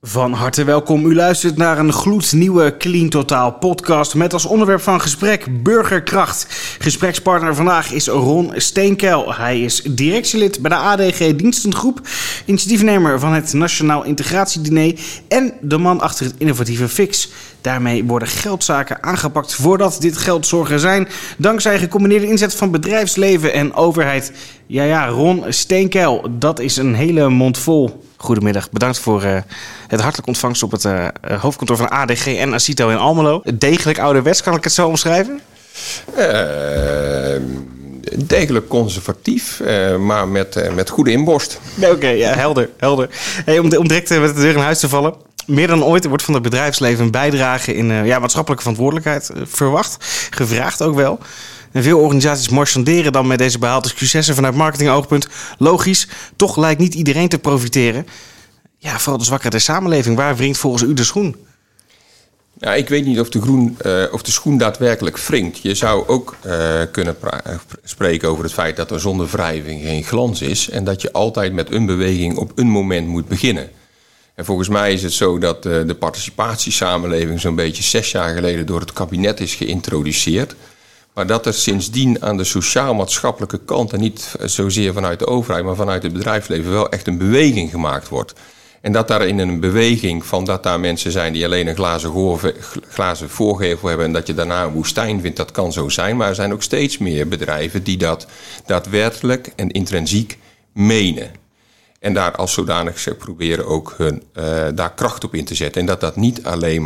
Van harte welkom. U luistert naar een gloednieuwe Clean Totaal podcast met als onderwerp van gesprek burgerkracht. Gesprekspartner vandaag is Ron Steenkeil. Hij is directielid bij de ADG Dienstengroep, initiatiefnemer van het Nationaal Integratiediner en de man achter het innovatieve Fix. Daarmee worden geldzaken aangepakt voordat dit geldzorgen zijn, dankzij gecombineerde inzet van bedrijfsleven en overheid. Ja, Ron Steenkeil, dat is een hele mond vol. Goedemiddag, bedankt voor het hartelijk ontvangst op het hoofdkantoor van ADG en Acito in Almelo. Degelijk ouderwets, kan ik het zo omschrijven? Degelijk conservatief, maar met goede inborst. Oké, ja, helder. Hey, om direct met de deur in huis te vallen. Meer dan ooit wordt van het bedrijfsleven een bijdrage in maatschappelijke verantwoordelijkheid verwacht. Gevraagd ook wel. En veel organisaties marchanderen dan met deze behaalde successen vanuit marketingoogpunt. Logisch, toch lijkt niet iedereen te profiteren. Ja, vooral de zwakkere der samenleving. Waar wringt volgens u de schoen? Ja, ik weet niet of de schoen daadwerkelijk wringt. Je zou ook kunnen spreken over het feit dat er zonder wrijving geen glans is. En dat je altijd met een beweging op een moment moet beginnen. En volgens mij is het zo dat de participatiesamenleving zo'n beetje 6 jaar geleden door het kabinet is geïntroduceerd. Maar dat er sindsdien aan de sociaal-maatschappelijke kant, en niet zozeer vanuit de overheid, maar vanuit het bedrijfsleven wel echt een beweging gemaakt wordt. En dat daar in een beweging van dat daar mensen zijn die alleen een glazen voorgevel hebben en dat je daarna een woestijn vindt, dat kan zo zijn. Maar er zijn ook steeds meer bedrijven die dat daadwerkelijk en intrinsiek menen. En daar als zodanig ze proberen ook daar kracht op in te zetten. En dat niet alleen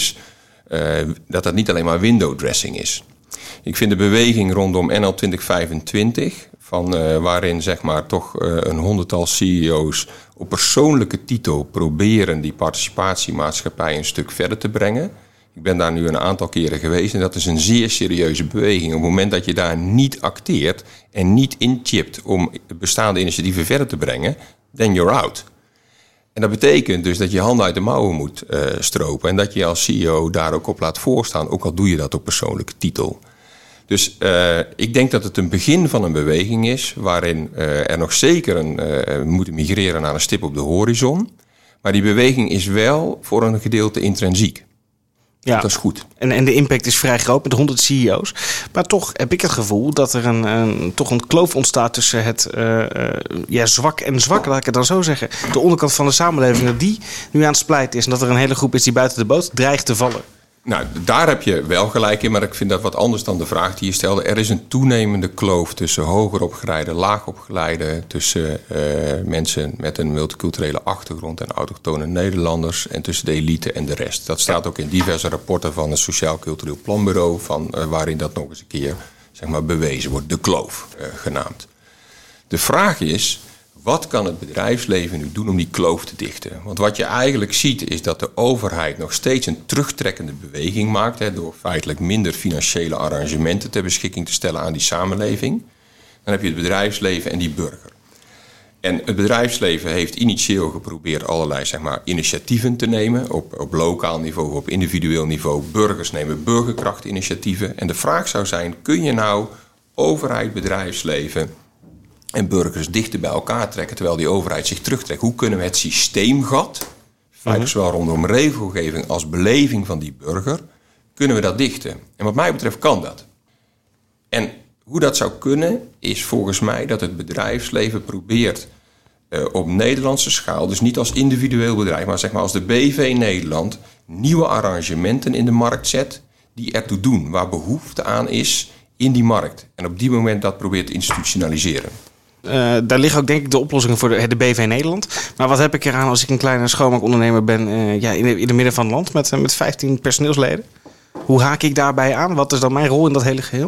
maar window dressing is. Ik vind de beweging rondom NL 2025, waarin zeg maar toch een 100-tal CEO's op persoonlijke titel proberen die participatiemaatschappij een stuk verder te brengen. Ik ben daar nu een aantal keren geweest en dat is een zeer serieuze beweging. Op het moment dat je daar niet acteert en niet inchipt om bestaande initiatieven verder te brengen, then you're out. En dat betekent dus dat je handen uit de mouwen moet stropen en dat je als CEO daar ook op laat voorstaan, ook al doe je dat op persoonlijke titel. Dus ik denk dat het een begin van een beweging is waarin er nog zeker we moeten migreren naar een stip op de horizon. Maar die beweging is wel voor een gedeelte intrinsiek. Ja. Dat is goed. En de impact is vrij groot met 100 CEO's. Maar toch heb ik het gevoel dat er toch een kloof ontstaat tussen het zwak en zwak, laat ik het dan zo zeggen. De onderkant van de samenleving, dat die nu aan het splijten is en dat er een hele groep is die buiten de boot dreigt te vallen. Nou, daar heb je wel gelijk in, maar ik vind dat wat anders dan de vraag die je stelde. Er is een toenemende kloof tussen hoger opgeleide, laag opgeleide, tussen mensen met een multiculturele achtergrond en autochtone Nederlanders en tussen de elite en de rest. Dat staat ook in diverse rapporten van het Sociaal Cultureel Planbureau, waarin dat nog eens een keer zeg maar, bewezen wordt, de kloof genaamd. De vraag is, wat kan het bedrijfsleven nu doen om die kloof te dichten? Want wat je eigenlijk ziet is dat de overheid nog steeds een terugtrekkende beweging maakt, door feitelijk minder financiële arrangementen ter beschikking te stellen aan die samenleving. Dan heb je het bedrijfsleven en die burger. En het bedrijfsleven heeft initieel geprobeerd allerlei zeg maar, initiatieven te nemen op lokaal niveau, op individueel niveau. Burgers nemen burgerkrachtinitiatieven. En de vraag zou zijn, kun je nou overheid, bedrijfsleven en burgers dichter bij elkaar trekken terwijl die overheid zich terugtrekt? Hoe kunnen we het systeemgat, feitelijk zowel rondom regelgeving als beleving van die burger, kunnen we dat dichten? En wat mij betreft kan dat. En hoe dat zou kunnen is volgens mij dat het bedrijfsleven probeert op Nederlandse schaal, dus niet als individueel bedrijf, maar zeg maar als de BV Nederland, nieuwe arrangementen in de markt zet die ertoe doen, waar behoefte aan is in die markt. En op die moment dat probeert te institutionaliseren. Daar liggen ook denk ik de oplossingen voor de BV Nederland. Maar wat heb ik eraan als ik een kleine schoonmaakondernemer ben in het midden van het land met 15 personeelsleden? Hoe haak ik daarbij aan? Wat is dan mijn rol in dat hele geheel?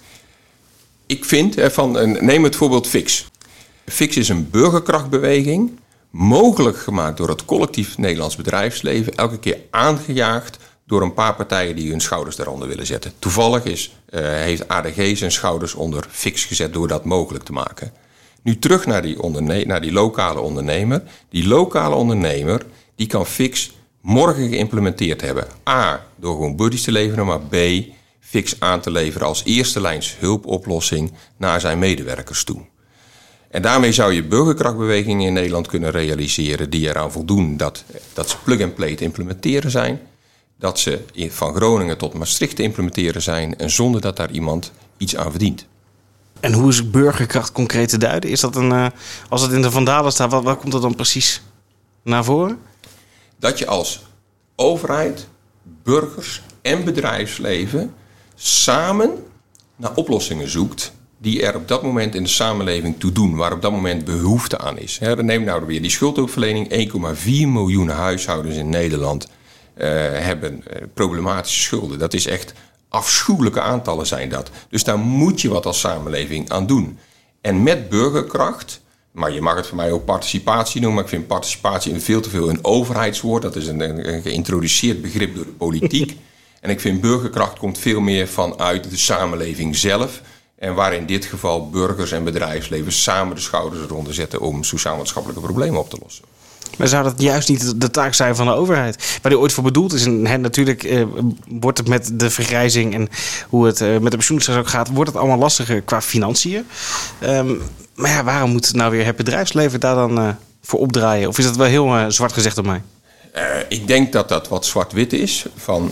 Ik vind neem het voorbeeld Fix. Fix is een burgerkrachtbeweging, mogelijk gemaakt door het collectief Nederlands bedrijfsleven, elke keer aangejaagd door een paar partijen die hun schouders daaronder willen zetten. Toevallig heeft ADG zijn schouders onder Fix gezet door dat mogelijk te maken. Nu terug naar die lokale ondernemer. Die lokale ondernemer die kan Fix morgen geïmplementeerd hebben. A, door gewoon buddies te leveren, maar B, Fix aan te leveren als eerste lijns hulpoplossing naar zijn medewerkers toe. En daarmee zou je burgerkrachtbewegingen in Nederland kunnen realiseren die eraan voldoen dat ze plug-and-play te implementeren zijn. Dat ze van Groningen tot Maastricht te implementeren zijn en zonder dat daar iemand iets aan verdient. En hoe is burgerkracht concreet te duiden? Is dat als het in de Vandalen staat, wat komt er dan precies naar voren? Dat je als overheid, burgers en bedrijfsleven samen naar oplossingen zoekt die er op dat moment in de samenleving toe doen, waar op dat moment behoefte aan is. Neem nou weer die schuldhulpverlening. 1,4 miljoen huishoudens in Nederland hebben problematische schulden. Dat is echt afschuwelijke aantallen zijn dat. Dus daar moet je wat als samenleving aan doen. En met burgerkracht, maar je mag het voor mij ook participatie noemen, maar ik vind participatie veel te veel een overheidswoord. Dat is een geïntroduceerd begrip door de politiek. En ik vind burgerkracht komt veel meer vanuit de samenleving zelf. En waar in dit geval burgers en bedrijfsleven samen de schouders eronder zetten om sociaal-maatschappelijke problemen op te lossen. Maar zou dat juist niet de taak zijn van de overheid? Waar die ooit voor bedoeld is. En natuurlijk wordt het met de vergrijzing en hoe het met de pensioenstelsel ook gaat, wordt het allemaal lastiger qua financiën. Maar ja, waarom moet nou weer het bedrijfsleven daar dan voor opdraaien? Of is dat wel heel zwart gezegd door mij? Ik denk dat dat wat zwart-wit is.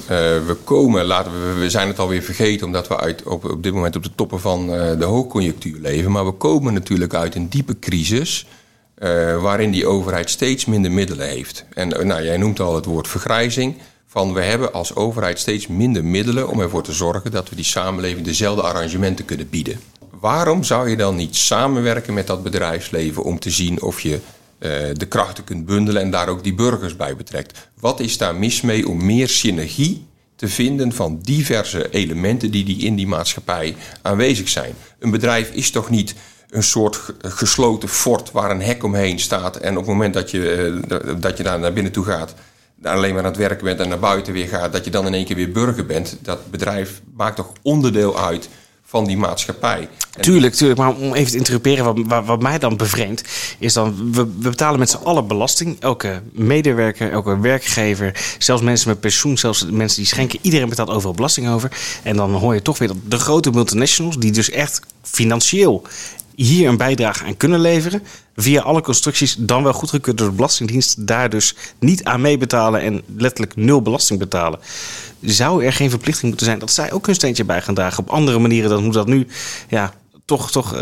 We zijn het alweer vergeten omdat we op dit moment op de toppen van de hoogconjunctuur leven. Maar we komen natuurlijk uit een diepe crisis waarin die overheid steeds minder middelen heeft. En jij noemt al het woord vergrijzing. We hebben als overheid steeds minder middelen om ervoor te zorgen dat we die samenleving dezelfde arrangementen kunnen bieden. Waarom zou je dan niet samenwerken met dat bedrijfsleven om te zien of je de krachten kunt bundelen en daar ook die burgers bij betrekt? Wat is daar mis mee om meer synergie te vinden van diverse elementen die in die maatschappij aanwezig zijn? Een bedrijf is toch niet een soort gesloten fort waar een hek omheen staat en op het moment dat je daar naar binnen toe gaat, alleen maar aan het werken bent en naar buiten weer gaat, dat je dan in één keer weer burger bent. Dat bedrijf maakt toch onderdeel uit van die maatschappij. Tuurlijk. Maar om even te interruperen, wat mij dan bevreemdt, is dan, we betalen met z'n allen belasting. Elke medewerker, elke werkgever, zelfs mensen met pensioen, zelfs mensen die schenken. Iedereen betaalt overal belasting over. En dan hoor je toch weer dat de grote multinationals, die dus echt financieel hier een bijdrage aan kunnen leveren, via alle constructies dan wel goedgekeurd door de Belastingdienst, daar dus niet aan meebetalen en letterlijk 0 belasting betalen. Zou er geen verplichting moeten zijn dat zij ook een steentje bij gaan dragen op andere manieren dan hoe dat nu toch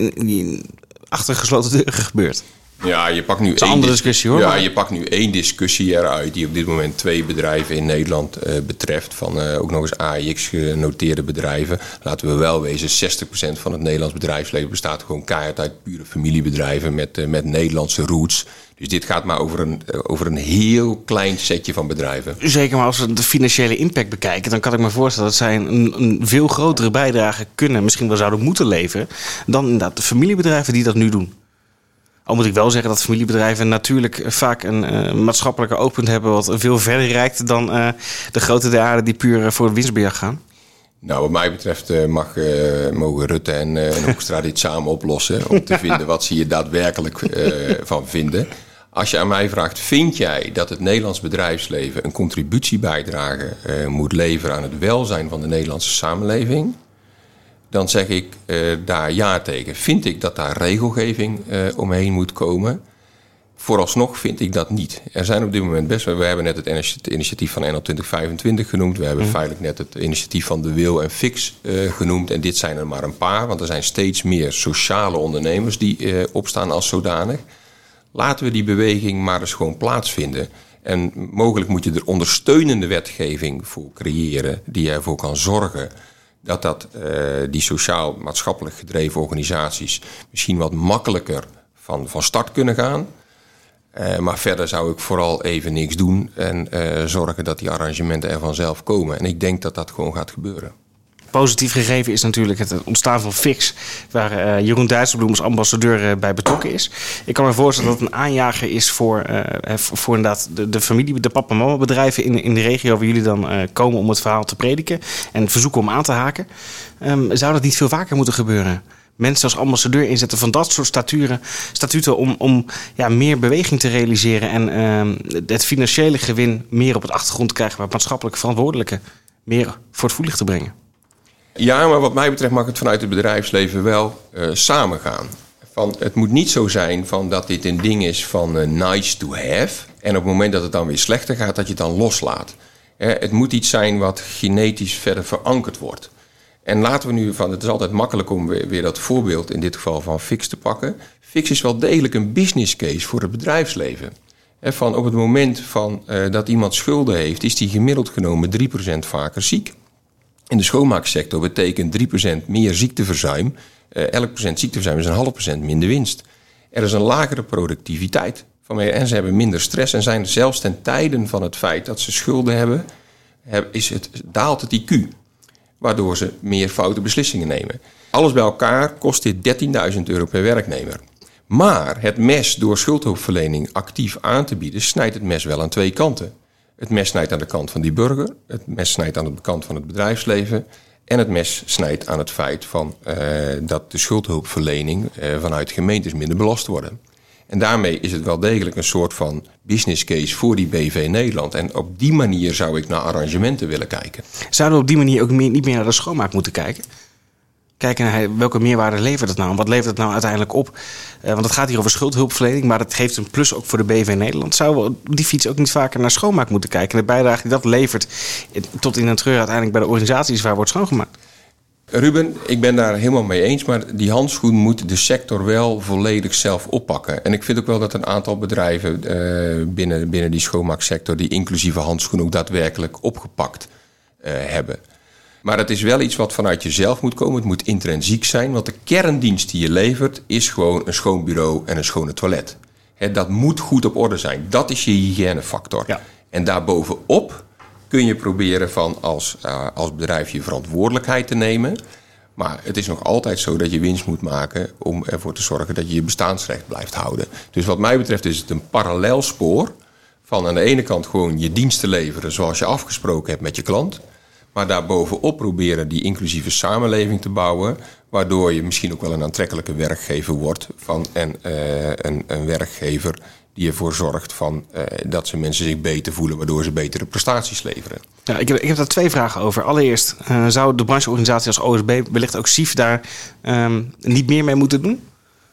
achter gesloten deuren gebeurt? Ja, je pakt nu je pakt nu één discussie eruit die op dit moment 2 bedrijven in Nederland betreft. Ook nog eens AEX genoteerde bedrijven. Laten we wel wezen, 60% van het Nederlands bedrijfsleven bestaat gewoon keihard uit pure familiebedrijven met Nederlandse roots. Dus dit gaat maar over een heel klein setje van bedrijven. Zeker, maar als we de financiële impact bekijken, dan kan ik me voorstellen dat zij een veel grotere bijdrage kunnen, misschien wel zouden moeten leveren, dan inderdaad de familiebedrijven die dat nu doen. Al moet ik wel zeggen dat familiebedrijven natuurlijk vaak een maatschappelijke oogpunt hebben wat veel verder reikt dan de grote der aarde die puur voor het winstbejag gaan. Nou, wat mij betreft mogen Rutte en Hoekstra dit samen oplossen om te vinden wat ze hier daadwerkelijk van vinden. Als je aan mij vraagt, vind jij dat het Nederlands bedrijfsleven een contributiebijdrage moet leveren aan het welzijn van de Nederlandse samenleving? Dan zeg ik daar ja tegen. Vind ik dat daar regelgeving omheen moet komen? Vooralsnog vind ik dat niet. Er zijn op dit moment we hebben net het initiatief van NL 2025 genoemd. We hebben feitelijk net het initiatief van De Wil en Fix genoemd. En dit zijn er maar een paar, want er zijn steeds meer sociale ondernemers die opstaan als zodanig. Laten we die beweging maar eens gewoon plaatsvinden. En mogelijk moet je er ondersteunende wetgeving voor creëren die ervoor kan zorgen dat die sociaal-maatschappelijk gedreven organisaties misschien wat makkelijker van start kunnen gaan. Maar verder zou ik vooral even niks doen en zorgen dat die arrangementen er vanzelf komen. En ik denk dat dat gewoon gaat gebeuren. Positief gegeven is natuurlijk het ontstaan van Fix, waar Jeroen Dijsselbloem als ambassadeur bij betrokken is. Ik kan me voorstellen dat het een aanjager is voor inderdaad de familie, de papa- en mama bedrijven in de regio waar jullie dan komen om het verhaal te prediken en verzoeken om aan te haken. Zou dat niet veel vaker moeten gebeuren? Mensen als ambassadeur inzetten van dat soort statuten om meer beweging te realiseren en het financiële gewin meer op het achtergrond te krijgen, maar maatschappelijk verantwoordelijke meer voor het voetlicht te brengen. Ja, maar wat mij betreft mag het vanuit het bedrijfsleven wel samengaan. Van, het moet niet zo zijn van dat dit een ding is van nice to have. En op het moment dat het dan weer slechter gaat, dat je het dan loslaat. Het moet iets zijn wat genetisch verder verankerd wordt. En laten we nu van, het is altijd makkelijk om weer dat voorbeeld, in dit geval van Fix te pakken. Fix is wel degelijk een business case voor het bedrijfsleven. Van op het moment dat iemand schulden heeft, is die gemiddeld genomen 3% vaker ziek. In de schoonmaaksector betekent 3% meer ziekteverzuim. Elk procent ziekteverzuim is een half procent minder winst. Er is een lagere productiviteit. En ze hebben minder stress en zijn zelfs ten tijde van het feit dat ze schulden hebben, daalt het IQ. Waardoor ze meer foute beslissingen nemen. Alles bij elkaar kost dit €13.000 per werknemer. Maar het mes door schuldhulpverlening actief aan te bieden, snijdt het mes wel aan twee kanten. Het mes snijdt aan de kant van die burger, het mes snijdt aan de kant van het bedrijfsleven en het mes snijdt aan het feit dat de schuldhulpverlening vanuit gemeentes minder belast worden. En daarmee is het wel degelijk een soort van business case voor die BV Nederland. En op die manier zou ik naar arrangementen willen kijken. Zouden we op die manier ook niet meer naar de schoonmaak moeten kijken? Kijken naar welke meerwaarde levert het nou en wat levert het nou uiteindelijk op? Want het gaat hier over schuldhulpverlening, maar het geeft een plus ook voor de BV Nederland. Zouden we op die fiets ook niet vaker naar schoonmaak moeten kijken? En de bijdrage die dat levert tot in een treur uiteindelijk bij de organisaties waar wordt schoongemaakt. Ruben, ik ben daar helemaal mee eens, maar die handschoen moet de sector wel volledig zelf oppakken. En ik vind ook wel dat een aantal bedrijven binnen die schoonmaaksector die inclusieve handschoen ook daadwerkelijk opgepakt hebben. Maar het is wel iets wat vanuit jezelf moet komen. Het moet intrinsiek zijn, want de kerndienst die je levert is gewoon een schoon bureau en een schone toilet. Dat moet goed op orde zijn. Dat is je hygiënefactor. Ja. En daarbovenop kun je proberen van als bedrijf je verantwoordelijkheid te nemen. Maar het is nog altijd zo dat je winst moet maken om ervoor te zorgen dat je je bestaansrecht blijft houden. Dus wat mij betreft is het een parallelspoor van aan de ene kant gewoon je diensten leveren zoals je afgesproken hebt met je klant. Maar daarbovenop proberen die inclusieve samenleving te bouwen, waardoor je misschien ook wel een aantrekkelijke werkgever wordt van een werkgever die ervoor zorgt dat ze mensen zich beter voelen, waardoor ze betere prestaties leveren. Ja, ik heb daar twee vragen over. Allereerst, zou de brancheorganisatie als OSB, wellicht ook SIF, daar niet meer mee moeten doen?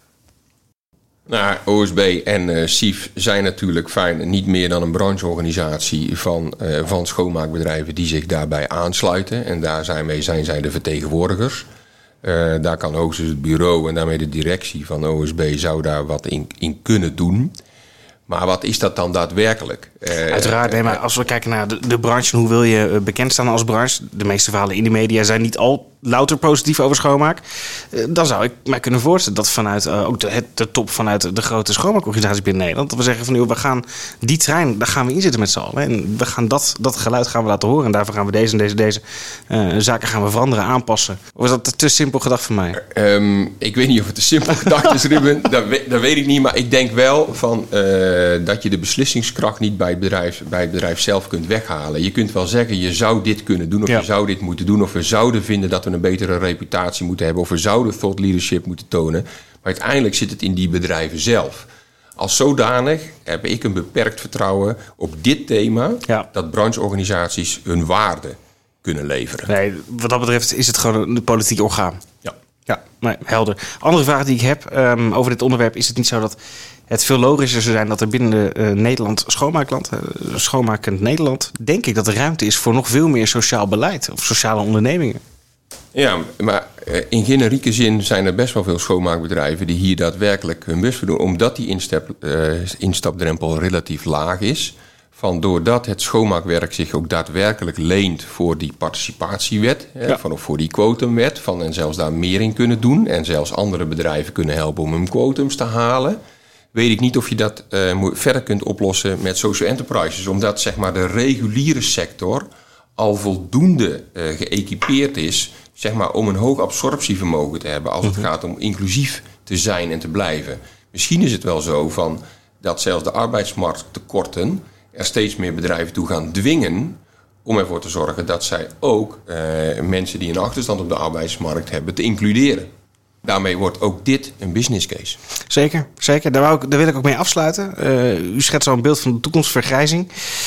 Nou, OSB en SIF zijn natuurlijk niet meer dan een brancheorganisatie van schoonmaakbedrijven die zich daarbij aansluiten. En daarmee zijn zij de vertegenwoordigers. Daar kan hoogstens het bureau en daarmee de directie van OSB zou daar wat in kunnen doen. Maar wat is dat dan daadwerkelijk? Uiteraard, maar als we kijken naar de branche, hoe wil je bekend staan als branche? De meeste verhalen in de media zijn niet al louter positief over schoonmaak. Dan zou ik mij kunnen voorstellen dat vanuit ook de top vanuit de grote schoonmaakorganisaties binnen Nederland, dat we zeggen van we gaan die trein, daar gaan we inzitten met z'n allen. En we gaan dat geluid gaan we laten horen. En daarvoor gaan we deze zaken gaan we veranderen, aanpassen. Of is dat te simpel gedacht van mij? Ik weet niet of het te simpel gedacht is, Ruben. Dat weet ik niet. Maar ik denk wel dat je de beslissingskracht niet bij het bedrijf zelf kunt weghalen. Je kunt wel zeggen, je zou dit kunnen doen of je zou dit moeten doen. Of we zouden vinden dat we een betere reputatie moeten hebben. Of we zouden thought leadership moeten tonen. Maar uiteindelijk zit het in die bedrijven zelf. Als zodanig heb ik een beperkt vertrouwen op dit thema. Ja. Dat brancheorganisaties hun waarde kunnen leveren. Nee, wat dat betreft is het gewoon een politiek orgaan. Ja, nee, helder. Andere vraag die ik heb over dit onderwerp. Is het niet zo dat het veel logischer zou zijn dat er binnen Nederland schoonmakend Nederland, denk ik dat er ruimte is voor nog veel meer sociaal beleid of sociale ondernemingen? Ja, maar in generieke zin zijn er best wel veel schoonmaakbedrijven die hier daadwerkelijk hun best voor doen, omdat die instapdrempel relatief laag is. Doordat het schoonmaakwerk zich ook daadwerkelijk leent voor die participatiewet, of voor die quotumwet, en zelfs daar meer in kunnen doen en zelfs andere bedrijven kunnen helpen om hun quotums te halen, weet ik niet of je dat verder kunt oplossen met social enterprises, omdat zeg maar de reguliere sector al voldoende geëquipeerd is zeg maar, om een hoog absorptievermogen te hebben als het gaat om inclusief te zijn en te blijven. Misschien is het wel zo dat zelfs de arbeidsmarkttekorten er steeds meer bedrijven toe gaan dwingen om ervoor te zorgen dat zij ook mensen die een achterstand op de arbeidsmarkt hebben te includeren. Daarmee wordt ook dit een business case. Zeker. Daar wil ik ook mee afsluiten. U schetst al een beeld van de toekomstvergrijzing.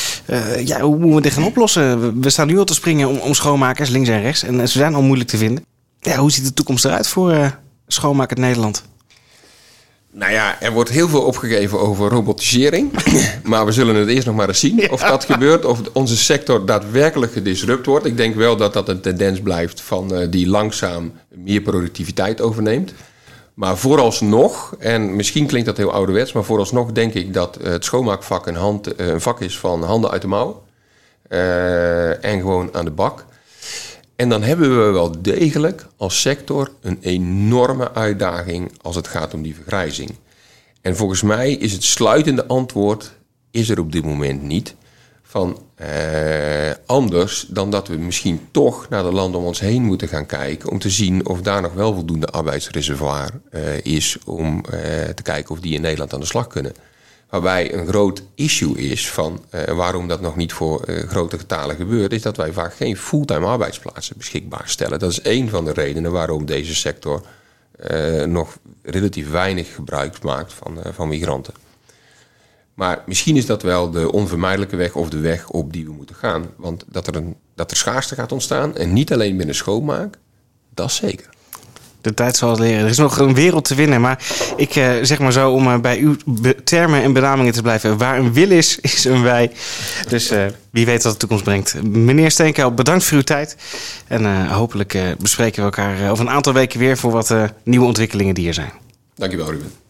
Hoe moeten we dit gaan oplossen? We staan nu al te springen om schoonmakers links en rechts. En ze zijn al moeilijk te vinden. Ja, hoe ziet de toekomst eruit voor schoonmakend Nederland? Nou ja, er wordt heel veel opgegeven over robotisering. Maar we zullen het eerst nog maar eens zien of dat gebeurt. Of onze sector daadwerkelijk gedisrupt wordt. Ik denk wel dat dat een tendens blijft van die langzaam meer productiviteit overneemt. Maar vooralsnog, en misschien klinkt dat heel ouderwets, maar vooralsnog denk ik dat het schoonmaakvak een vak is van handen uit de mouw. En gewoon aan de bak. En dan hebben we wel degelijk als sector een enorme uitdaging als het gaat om die vergrijzing. En volgens mij is het sluitende antwoord is er op dit moment niet. Van anders dan dat we misschien toch naar de landen om ons heen moeten gaan kijken om te zien of daar nog wel voldoende arbeidsreservoir is om te kijken of die in Nederland aan de slag kunnen. Waarbij een groot issue is van waarom dat nog niet voor grote getalen gebeurt, is dat wij vaak geen fulltime arbeidsplaatsen beschikbaar stellen. Dat is een van de redenen waarom deze sector nog relatief weinig gebruik maakt van migranten. Maar misschien is dat wel de onvermijdelijke weg of de weg op die we moeten gaan. Want dat er schaarste gaat ontstaan en niet alleen binnen schoonmaak, dat is zeker. De tijd zal het leren. Er is nog een wereld te winnen. Maar ik zeg maar zo, om bij uw termen en benamingen te blijven. Waar een wil is, is een wij. Dus wie weet wat de toekomst brengt. Meneer Steenkuyl, bedankt voor uw tijd. En hopelijk bespreken we elkaar over een aantal weken weer voor wat nieuwe ontwikkelingen die er zijn. Dankjewel, Ruben.